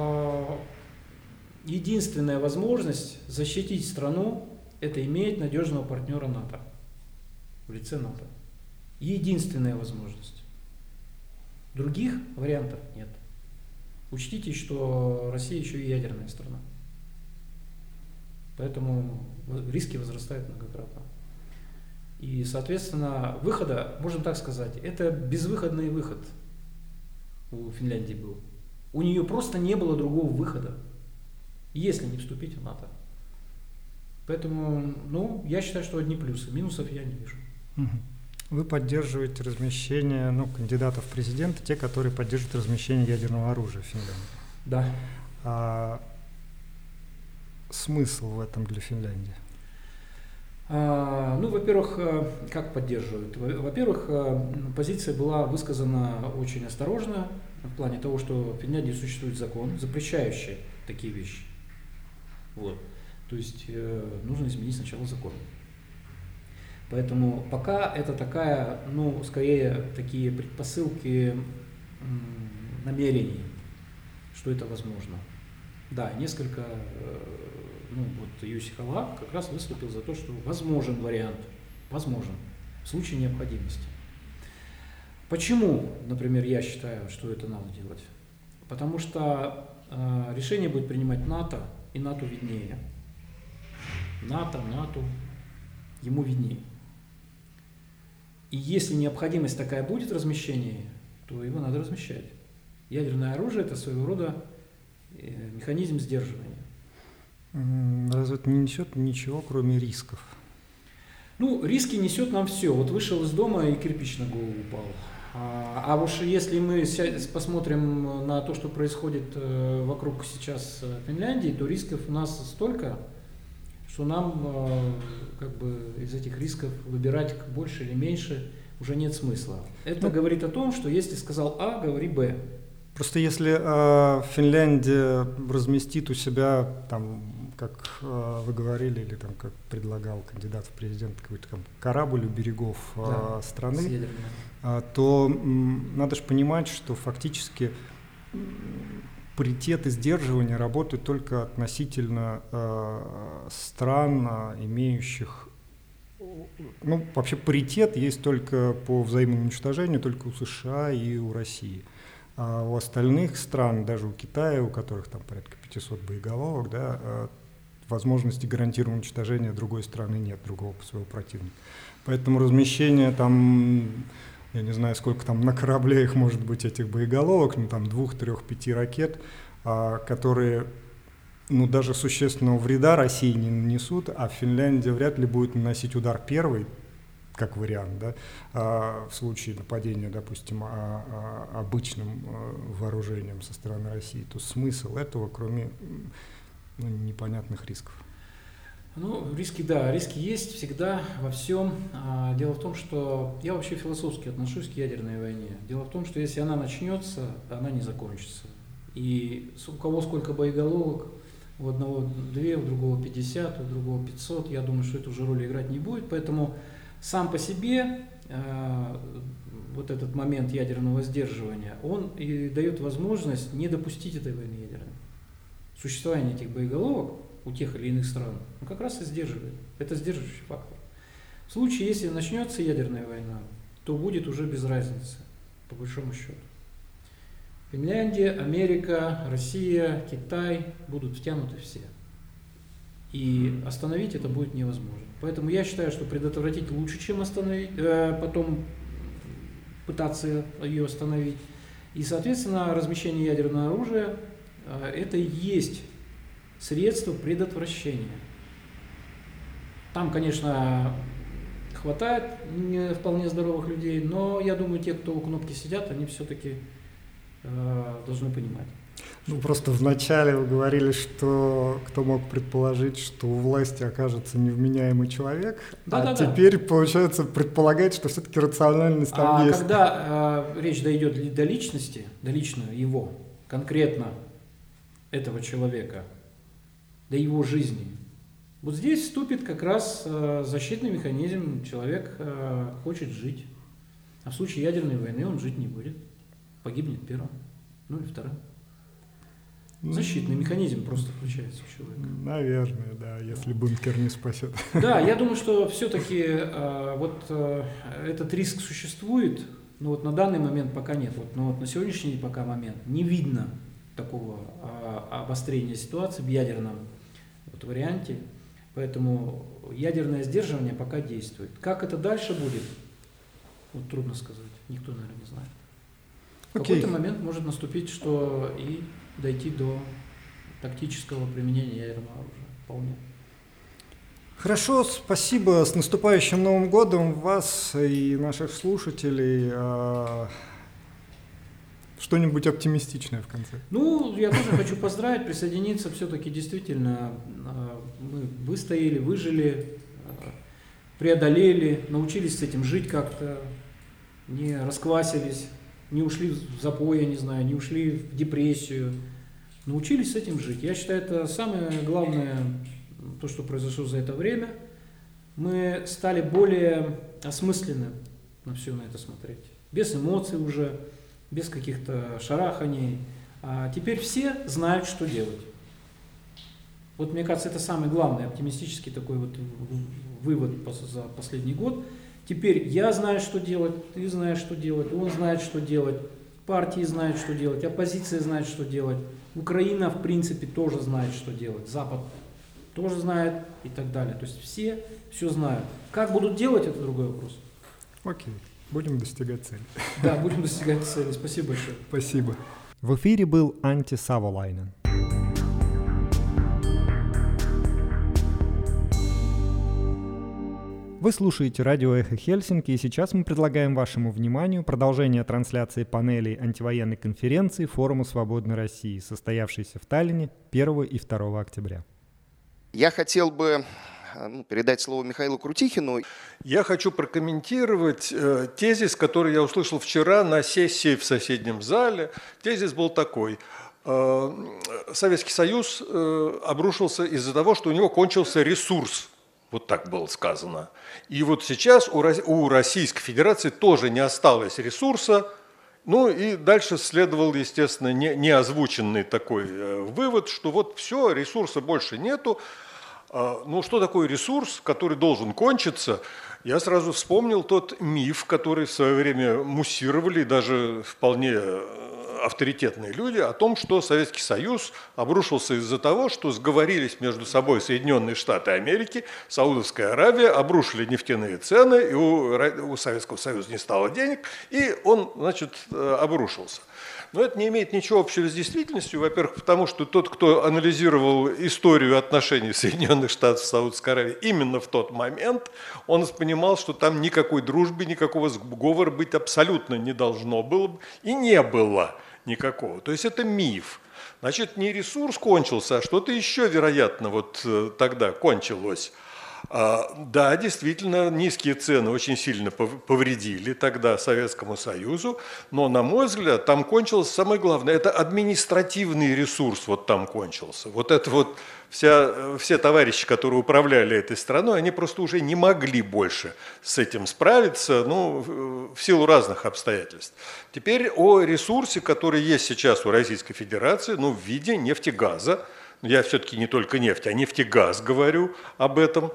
Speaker 4: единственная возможность защитить страну – это иметь надежного партнера НАТО. В лице НАТО. Единственная возможность. Других вариантов нет. Учтите, что Россия еще и ядерная страна. Поэтому риски возрастают многократно. И, соответственно, выхода, можно так сказать, это безвыходный выход у Финляндии был. У нее просто не было другого выхода, если не вступить в НАТО. Поэтому, я считаю, что одни плюсы. Минусов я не вижу.
Speaker 1: Вы поддерживаете размещение кандидатов в президенты, те, которые поддерживают размещение ядерного оружия в Финляндии.
Speaker 4: Да.
Speaker 1: Смысл в этом для Финляндии?
Speaker 4: Во-первых, как поддерживают? Во-первых, позиция была высказана очень осторожно, в плане того, что в Финляндии существует закон, запрещающий такие вещи. Вот. То есть нужно изменить сначала закон. Поэтому пока это такая, скорее такие предпосылки намерений, что это возможно. Да, несколько, Юси Халак как раз выступил за то, что возможен вариант, возможен, в случае необходимости. Почему, например, я считаю, что это надо делать? Потому что решение будет принимать НАТО, и НАТО виднее. НАТО, ему виднее. И если необходимость такая будет размещения, то его надо размещать. Ядерное оружие – это своего рода механизм сдерживания.
Speaker 1: Разве это не несет ничего, кроме рисков?
Speaker 4: Риски несет нам все. Вот вышел из дома и кирпич на голову упал. А уж если мы посмотрим на то, что происходит вокруг сейчас Финляндии, то рисков у нас столько, что нам из этих рисков выбирать больше или меньше уже нет смысла. Это говорит о том, что если сказал А, говори Б.
Speaker 1: Просто если Финляндия разместит у себя, как вы говорили, или как предлагал кандидат в президент, какой-то корабль у берегов страны, то надо же понимать, что фактически паритет и сдерживание работают только относительно стран, имеющих... вообще паритет есть только по взаимному уничтожению, только у США и у России. А у остальных стран, даже у Китая, у которых там порядка 500 боеголовок, возможности гарантированного уничтожения другой страны нет, другого своего противника. Поэтому размещение я не знаю, сколько там на корабле их может быть, этих боеголовок, 2, 3, 5 ракет, которые даже существенного вреда России не нанесут, а Финляндия вряд ли будет наносить удар первый, как вариант, в случае нападения, допустим, обычным вооружением со стороны России, то смысл этого, кроме непонятных рисков?
Speaker 4: Риски есть всегда во всем. Дело в том, что я вообще философски отношусь к ядерной войне. Дело в том, что если она начнется, она не закончится. И у кого сколько боеголовок, у одного 2, у другого 50, у другого 500, я думаю, что эту уже роль играть не будет. Поэтому сам по себе вот этот момент ядерного сдерживания, он и дает возможность не допустить этой войны ядерной. Существование этих боеголовок у тех или иных стран как раз и сдерживает. Это сдерживающий фактор. В случае, если начнется ядерная война, то будет уже без разницы, по большому счету. Финляндия, Америка, Россия, Китай будут втянуты все. И остановить это будет невозможно. Поэтому я считаю, что предотвратить лучше, чем остановить, потом пытаться ее остановить. И, соответственно, размещение ядерного оружия это и есть средство предотвращения. Там, конечно, хватает вполне здоровых людей, но я думаю, те, кто у кнопки сидят, они все-таки должны понимать.
Speaker 1: Просто вначале вы говорили, что кто мог предположить, что у власти окажется невменяемый человек, теперь, получается, предполагает, что все-таки рациональность там есть.
Speaker 4: Когда речь дойдет до личности, до личного его, конкретно этого человека, до его жизни, вот здесь вступит как раз защитный механизм. Человек хочет жить, а в случае ядерной войны он жить не будет, погибнет первым, или вторым. Защитный механизм просто включается у человека.
Speaker 1: Наверное, да, если бункер не спасет.
Speaker 4: Да, я думаю, что все-таки этот риск существует, Но вот на данный момент пока нет. Но вот на сегодняшний пока момент не видно такого обострения ситуации в ядерном варианте. Поэтому ядерное сдерживание пока действует. Как это дальше будет, вот трудно сказать. Никто, наверное, не знает. В какой-то момент может наступить, что и дойти до тактического применения ядерного оружия. Вполне.
Speaker 1: Хорошо, спасибо. С наступающим Новым годом вас и наших слушателей. Что-нибудь оптимистичное в конце.
Speaker 4: Ну, я тоже хочу поздравить, присоединиться. Все-таки действительно мы выстояли, выжили, преодолели, научились с этим жить как-то, не расквасились, не ушли в запой, я не знаю, не ушли в депрессию. Научились с этим жить. Я считаю, это самое главное, то, что произошло за это время. Мы стали более осмысленно на все на это смотреть. Без эмоций уже, без каких-то шараханий. А теперь все знают, что делать. Вот мне кажется, это самый главный оптимистический такой вот вывод за последний год. Теперь я знаю, что делать, ты знаешь, что делать, он знает, что делать, партии знают, что делать, оппозиция знает, что делать, Украина, в принципе, тоже знает, что делать, Запад тоже знает и так далее. То есть все знают. Как будут делать, это другой вопрос.
Speaker 1: Окей, будем достигать цели.
Speaker 4: Да, будем достигать цели. Спасибо большое.
Speaker 1: Спасибо. В эфире был Анtti Savolainen. Вы слушаете радио «Эхо Хельсинки», и сейчас мы предлагаем вашему вниманию продолжение трансляции панелей антивоенной конференции Форума Свободной России, состоявшейся в Таллине 1 и 2 октября.
Speaker 5: Я хотел бы передать слово Михаилу Крутихину.
Speaker 6: Я хочу прокомментировать тезис, который я услышал вчера на сессии в соседнем зале. Тезис был такой. Советский Союз обрушился из-за того, что у него кончился ресурс. Вот так было сказано. И вот сейчас у Российской Федерации тоже не осталось ресурса. Ну и дальше следовал, естественно, неозвученный такой вывод, что вот все, ресурса больше нету. Ну что такое ресурс, который должен кончиться? Я сразу вспомнил тот миф, который в свое время муссировали даже вполне авторитетные люди, о том, что Советский Союз обрушился из-за того, что сговорились между собой Соединенные Штаты Америки, Саудовская Аравия, обрушили нефтяные цены, и у Советского Союза не стало денег, и он, значит, обрушился. Но это не имеет ничего общего с действительностью, во-первых, потому что тот, кто анализировал историю отношений Соединенных Штатов и Саудовской Аравии именно в тот момент, он понимал, что там никакой дружбы, никакого сговора быть абсолютно не должно было и не было никакого. То есть это миф. Значит, не ресурс кончился, а что-то еще, вероятно, вот тогда кончилось. Да, действительно, низкие цены очень сильно повредили тогда Советскому Союзу, но, на мой взгляд, там кончилось самое главное, это административный ресурс вот там кончился. Вот это вот все товарищи, которые управляли этой страной, они просто уже не могли больше с этим справиться, ну, в силу разных обстоятельств. Теперь о ресурсе, который есть сейчас у Российской Федерации, ну, в виде нефтегаза. Я все-таки не только нефть, а нефтегаз говорю об этом.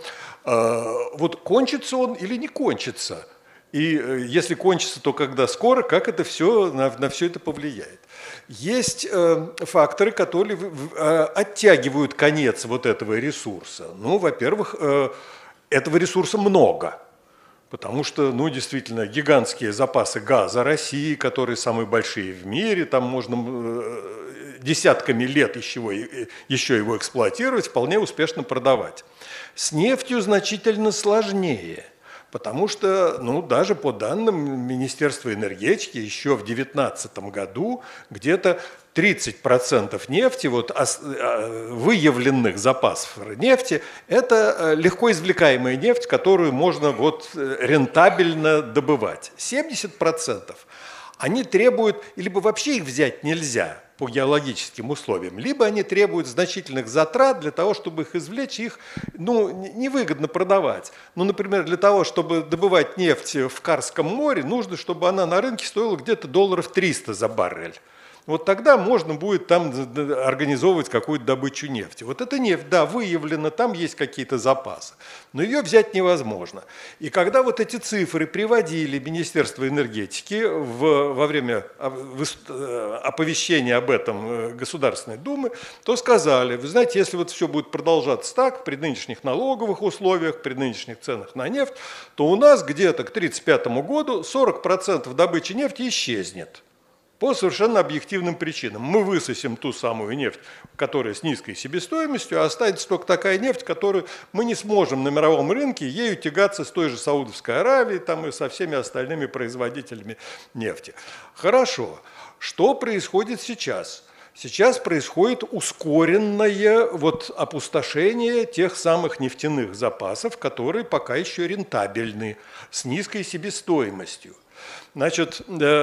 Speaker 6: Вот кончится он или не кончится? И если кончится, то когда скоро, как это все на все это повлияет? Есть факторы, которые оттягивают конец вот этого ресурса. Ну, во-первых, этого ресурса много. Потому что, ну, действительно, гигантские запасы газа России, которые самые большие в мире, там можно десятками лет еще его эксплуатировать, вполне успешно продавать. С нефтью значительно сложнее, потому что, ну, даже по данным Министерства энергетики, еще в 2019 году где-то 30% нефти, вот, выявленных запасов нефти, это легко извлекаемая нефть, которую можно вот рентабельно добывать. 70% они требуют, либо вообще их взять нельзя по геологическим условиям, либо они требуют значительных затрат для того, чтобы их извлечь, их, ну, невыгодно продавать. Ну, например, для того, чтобы добывать нефть в Карском море, нужно, чтобы она на рынке стоила где-то $300 за баррель. вот тогда можно будет там организовывать какую-то добычу нефти. Вот эта нефть, да, выявлена, там есть какие-то запасы, но ее взять невозможно. И когда вот эти цифры приводили Министерство энергетики во время оповещения об этом Государственной Думы, то сказали, вы знаете, если вот все будет продолжаться так, при нынешних налоговых условиях, при нынешних ценах на нефть, то у нас где-то к 1935 году 40% добычи нефти исчезнет. По совершенно объективным причинам. Мы высосем ту самую нефть, которая с низкой себестоимостью, а останется только такая нефть, которую мы не сможем на мировом рынке ею тягаться с той же Саудовской Аравией там, и со всеми остальными производителями нефти. Хорошо. Что происходит сейчас? Сейчас происходит ускоренное опустошение тех самых нефтяных запасов, которые пока еще рентабельны, с низкой себестоимостью. Значит,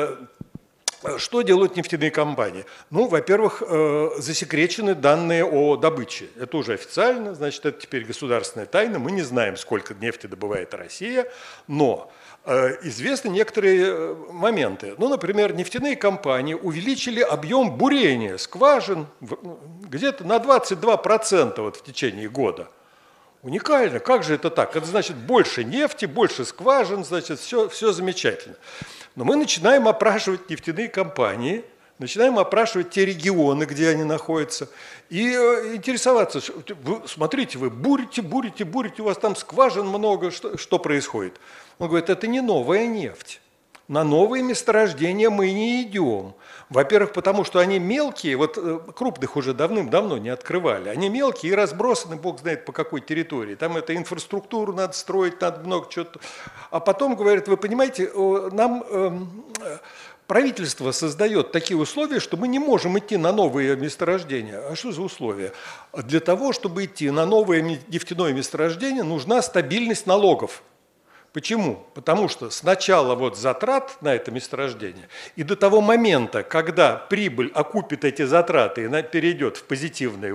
Speaker 6: что делают нефтяные компании? Ну, во-первых, засекречены данные о добыче. Это уже официально, значит, это теперь государственная тайна. Мы не знаем, сколько нефти добывает Россия, но известны некоторые моменты. Ну, например, нефтяные компании увеличили объем бурения скважин где-то на 22% в течение года. Уникально. Как же это так? Это значит больше нефти, больше скважин, значит, все замечательно. Но мы начинаем опрашивать нефтяные компании, начинаем опрашивать те регионы, где они находятся, и интересоваться. Смотрите, вы бурите, у вас там скважин много, что происходит? Он говорит, это не новая нефть. На новые месторождения мы не идем. Во-первых, потому что они мелкие, крупных уже давным-давно не открывали. Они мелкие и разбросаны, бог знает по какой территории. Там это инфраструктуру надо строить, надо много чего-то. А потом говорят, вы понимаете, нам правительство создает такие условия, что мы не можем идти на новые месторождения. А что за условия? Для того, чтобы идти на новое нефтяное месторождение, нужна стабильность налогов. Почему? Потому что с начала затрат на это месторождение и до того момента, когда прибыль окупит эти затраты и она перейдет в позитивный,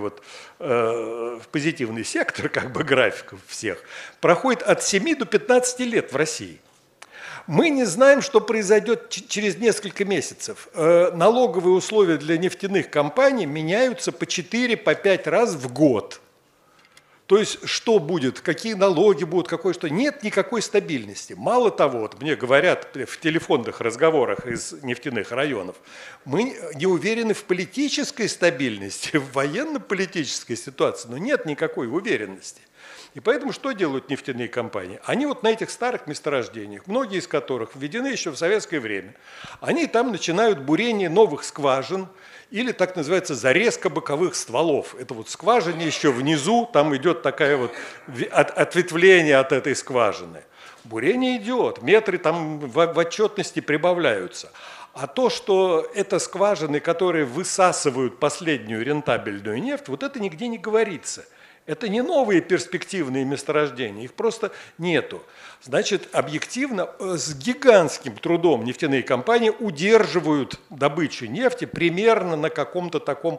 Speaker 6: в позитивный сектор графиков всех, проходит от 7 до 15 лет в России. Мы не знаем, что произойдет через несколько месяцев. Налоговые условия для нефтяных компаний меняются по 4-5 раз в год. То есть, что будет, какие налоги будут, какое что. Нет никакой стабильности. Мало того, мне говорят в телефонных разговорах из нефтяных районов, мы не уверены в политической стабильности, в военно-политической ситуации, но нет никакой уверенности. И поэтому что делают нефтяные компании? Они на этих старых месторождениях, многие из которых введены еще в советское время, они там начинают бурение новых скважин, или так называется зарезка боковых стволов. Это скважина еще внизу, там идет такое ответвление от этой скважины. Бурение идет, метры там в отчетности прибавляются. А то, что это скважины, которые высасывают последнюю рентабельную нефть, это нигде не говорится. Это не новые перспективные месторождения, их просто нету. Значит, объективно, с гигантским трудом нефтяные компании удерживают добычу нефти примерно на каком-то таком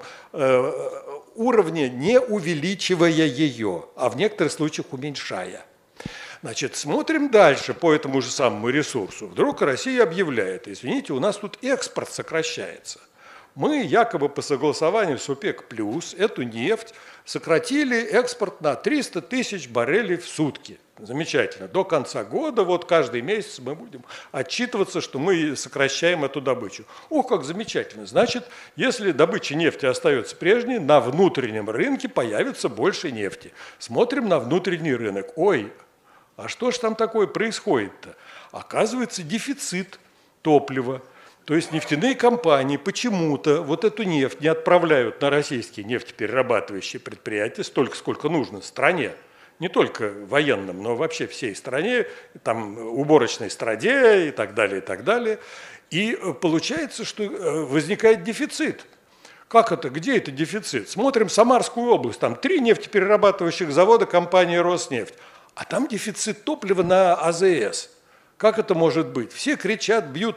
Speaker 6: уровне, не увеличивая ее, а в некоторых случаях уменьшая. Значит, смотрим дальше по этому же самому ресурсу. Вдруг Россия объявляет, извините, у нас тут экспорт сокращается. Мы якобы по согласованию с ОПЕК+, эту нефть сократили экспорт на 300 тысяч баррелей в сутки. Замечательно. До конца года, каждый месяц мы будем отчитываться, что мы сокращаем эту добычу. Ох, как замечательно. Значит, если добыча нефти остается прежней, на внутреннем рынке появится больше нефти. Смотрим на внутренний рынок. Ой, а что ж там такое происходит-то? Оказывается, дефицит топлива. То есть нефтяные компании почему-то эту нефть не отправляют на российские нефтеперерабатывающие предприятия столько, сколько нужно стране. Не только военным, но вообще всей стране, там уборочной страде и так далее, и так далее. И получается, что возникает дефицит. Как это? Где это дефицит? Смотрим Самарскую область, там 3 нефтеперерабатывающих завода компании «Роснефть», а там дефицит топлива на АЗС. Как это может быть? Все кричат, бьют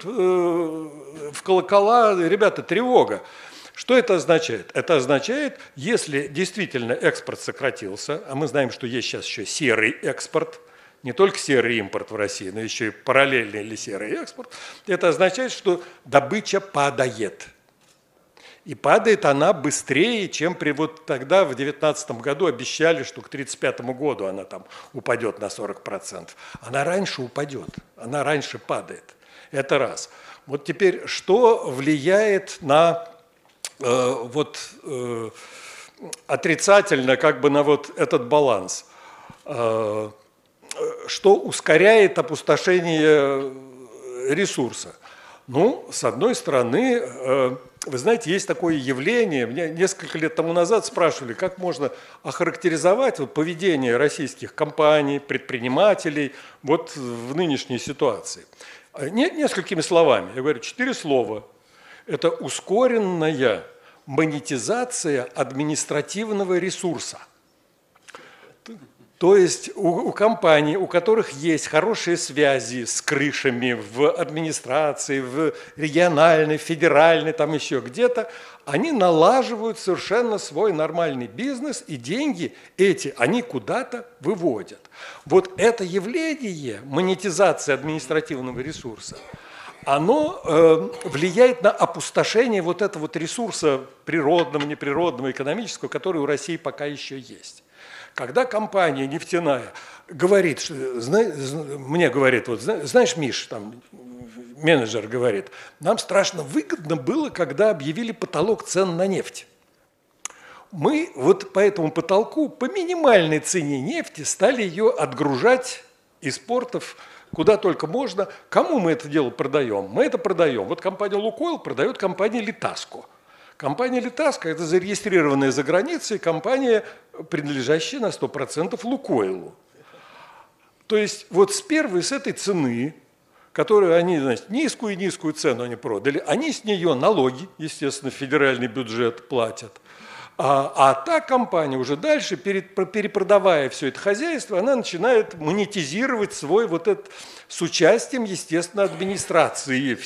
Speaker 6: в колокола, ребята, тревога. Что это означает? Это означает, если действительно экспорт сократился, а мы знаем, что есть сейчас еще серый экспорт, не только серый импорт в России, но еще и параллельный или серый экспорт, это означает, что добыча падает. И падает она быстрее, чем вот тогда, в 2019 году, обещали, что к 1935 году она там упадет на 40%. Она раньше упадет, она раньше падает. Это раз. Вот теперь, что влияет на отрицательно как бы на вот этот баланс? Что ускоряет опустошение ресурса? Ну, с одной стороны, вы знаете, есть такое явление, меня несколько лет тому назад спрашивали, как можно охарактеризовать вот поведение российских компаний, предпринимателей вот в нынешней ситуации. Несколькими словами, я говорю, 4 слова. Это ускоренная монетизация административного ресурса. То есть у компаний, у которых есть хорошие связи с крышами в администрации, в региональной, федеральной, там еще где-то, они налаживают совершенно свой нормальный бизнес, и деньги эти они куда-то выводят. Вот это явление монетизации административного ресурса, оно влияет на опустошение вот этого вот ресурса природного, неприродного, экономического, который у России пока еще есть. Когда компания нефтяная говорит, что, мне говорит, вот, знаешь, Миш, там, менеджер говорит, нам страшно выгодно было, когда объявили потолок цен на нефть. Мы вот по этому потолку, по минимальной цене нефти, стали ее отгружать из портов куда только можно. Кому мы это дело продаем? Мы это продаем. Вот компания «Лукойл» продает компании «Литаско». Компания «Литаско» – это зарегистрированная за границей компания, принадлежащая на 100% «Лукойлу». То есть вот с этой цены, которую они, значит, низкую цену они продали, они с нее налоги, естественно, в федеральный бюджет платят. А та компания уже дальше, перепродавая все это хозяйство, она начинает монетизировать свой вот этот с участием, естественно, администрации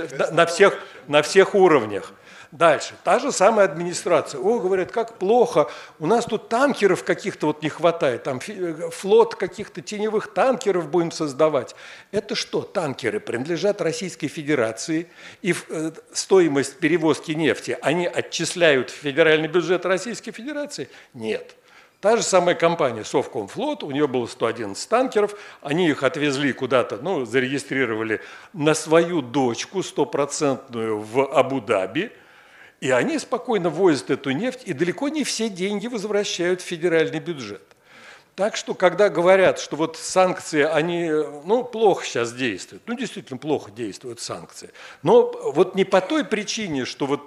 Speaker 6: на всех уровнях. Дальше. Та же самая администрация. О, говорят, как плохо, у нас тут танкеров каких-то вот не хватает, там флот каких-то теневых танкеров будем создавать. Это что? Танкеры принадлежат Российской Федерации, и стоимость перевозки нефти они отчисляют в федеральный бюджет Российской Федерации? Нет. Та же самая компания Совкомфлот, у нее было 111 танкеров, они их отвезли куда-то, зарегистрировали на свою дочку 100% в Абу-Даби, и они спокойно возят эту нефть, и далеко не все деньги возвращают в федеральный бюджет. Так что, когда говорят, что вот санкции, они плохо сейчас действуют, действительно плохо действуют санкции, но вот не по той причине, что вот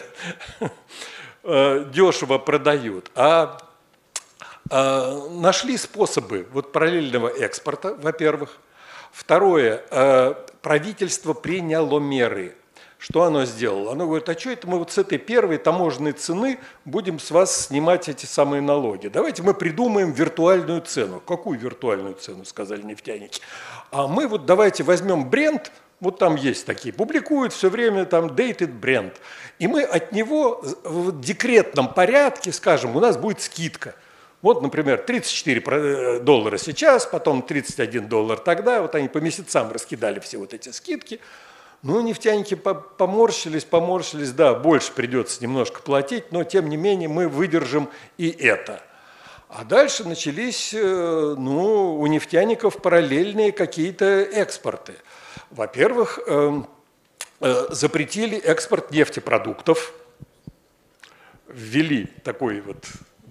Speaker 6: дешево продают, а нашли способы вот параллельного экспорта, во-первых. Второе, правительство приняло меры. Что оно сделало? Оно говорит, а что это мы вот с этой первой таможенной цены будем с вас снимать эти самые налоги? Давайте мы придумаем виртуальную цену. Какую виртуальную цену, сказали нефтяники. А мы вот давайте возьмем бренд, вот там есть такие, публикуют все время там dated бренд, и мы от него в декретном порядке скажем, у нас будет скидка. Вот, например, $34 сейчас, потом $31 тогда, вот они по месяцам раскидали все вот эти скидки. Нефтяники поморщились, да, больше придется немножко платить, но тем не менее мы выдержим и это. А дальше начались, у нефтяников параллельные какие-то экспорты. Во-первых, запретили экспорт нефтепродуктов, ввели такой вот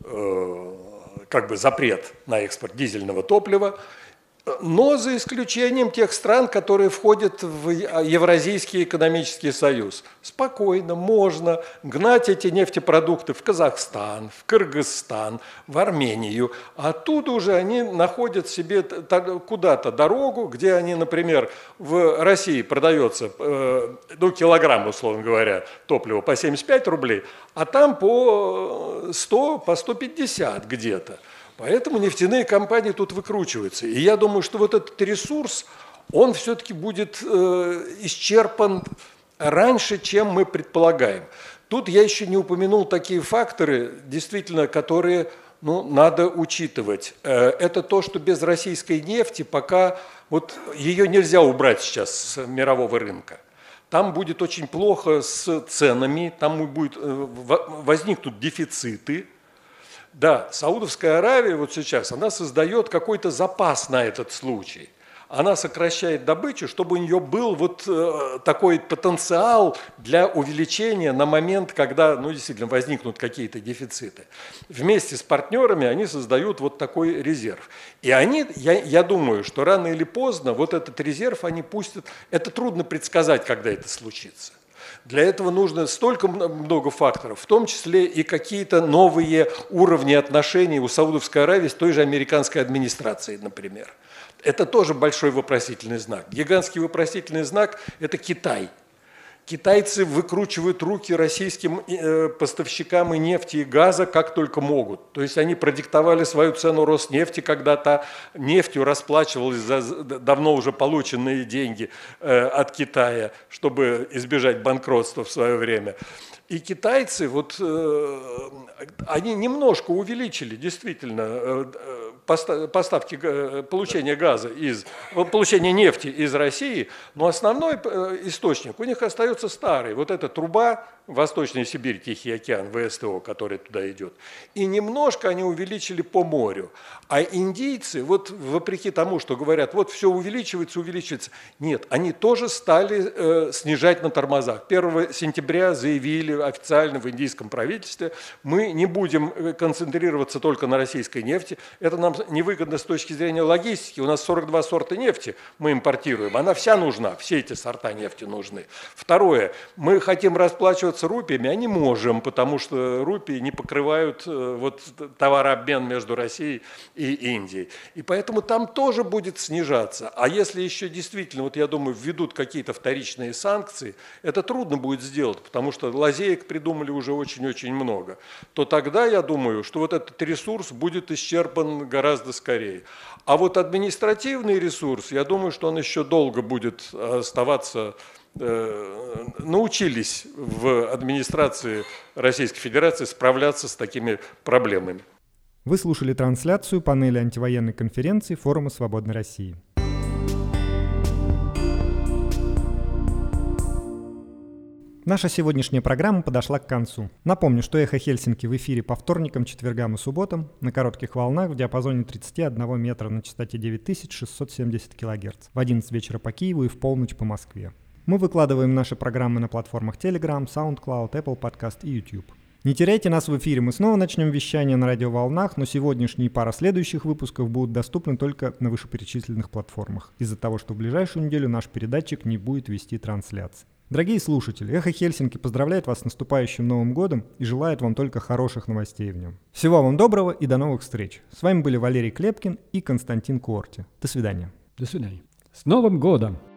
Speaker 6: запрет на экспорт дизельного топлива, но за исключением тех стран, которые входят в Евразийский экономический союз. Спокойно можно гнать эти нефтепродукты в Казахстан, в Кыргызстан, в Армению. Оттуда уже они находят себе куда-то дорогу, где они, например, в России продается килограмм, условно говоря, топлива по 75 рублей, а там по 100, по 150 где-то. Поэтому нефтяные компании тут выкручиваются. И я думаю, что вот этот ресурс, он все-таки будет исчерпан раньше, чем мы предполагаем. Тут я еще не упомянул такие факторы, действительно, которые надо учитывать. Это то, что без российской нефти пока ее нельзя убрать сейчас с мирового рынка. там будет очень плохо с ценами, там возникнут дефициты. Да, Саудовская Аравия вот сейчас, она создает какой-то запас на этот случай. Она сокращает добычу, чтобы у нее был вот такой потенциал для увеличения на момент, когда действительно возникнут какие-то дефициты. Вместе с партнерами они создают вот такой резерв. И я думаю, что рано или поздно вот этот резерв они пустят. Это трудно предсказать, когда это случится. Для этого нужно столько много факторов, в том числе и какие-то новые уровни отношений у Саудовской Аравии с той же американской администрацией, например. Это тоже большой вопросительный знак. Гигантский вопросительный знак – это Китай. Китайцы выкручивают руки российским поставщикам и нефти, и газа как только могут. То есть они продиктовали свою цену Роснефти, когда-то нефтью расплачивались за давно уже полученные деньги от Китая, чтобы избежать банкротства в свое время. И китайцы, они немножко увеличили действительно поставки, получения нефти из России, но основной источник у них остается старый. Вот эта труба Восточная Сибирь, Тихий океан, ВСТО, который туда идет. И немножко они увеличили по морю. А индийцы, вопреки тому, что говорят, все увеличивается, нет, они тоже стали снижать на тормозах. 1 сентября заявили официально в индийском правительстве, мы не будем концентрироваться только на российской нефти, это нам невыгодно с точки зрения логистики, у нас 42 сорта нефти мы импортируем, она вся нужна, все эти сорта нефти нужны. Второе, мы хотим расплачиваться рупиями, а не можем, потому что рупии не покрывают товарообмен между Россией и Индией. И поэтому там тоже будет снижаться. А если еще действительно, я думаю, введут какие-то вторичные санкции, это трудно будет сделать, потому что лазеек придумали уже очень-очень много, то тогда я думаю, что этот ресурс будет исчерпан гораздо скорее. А административный ресурс, я думаю, что он еще долго будет оставаться. Научились в администрации Российской Федерации справляться с такими проблемами.
Speaker 1: Вы слушали трансляцию панели антивоенной конференции Форума Свободной России. Наша сегодняшняя программа подошла к концу. Напомню, что «Эхо Хельсинки» в эфире по вторникам, четвергам и субботам на коротких волнах в диапазоне 31 метра на частоте 9670 кГц в 11 вечера по Киеву и в полночь по Москве. Мы выкладываем наши программы на платформах Telegram, SoundCloud, Apple Podcast и YouTube. Не теряйте нас в эфире, мы снова начнем вещание на радиоволнах, но сегодняшние и пара следующих выпусков будут доступны только на вышеперечисленных платформах, из-за того, что в ближайшую неделю наш передатчик не будет вести трансляции. Дорогие слушатели, «Эхо Хельсинки» поздравляет вас с наступающим Новым годом и желает вам только хороших новостей в нем. Всего вам доброго и до новых встреч. С вами были Валерий Клепкин и Константин Куорти. До свидания.
Speaker 2: До свидания. С Новым годом!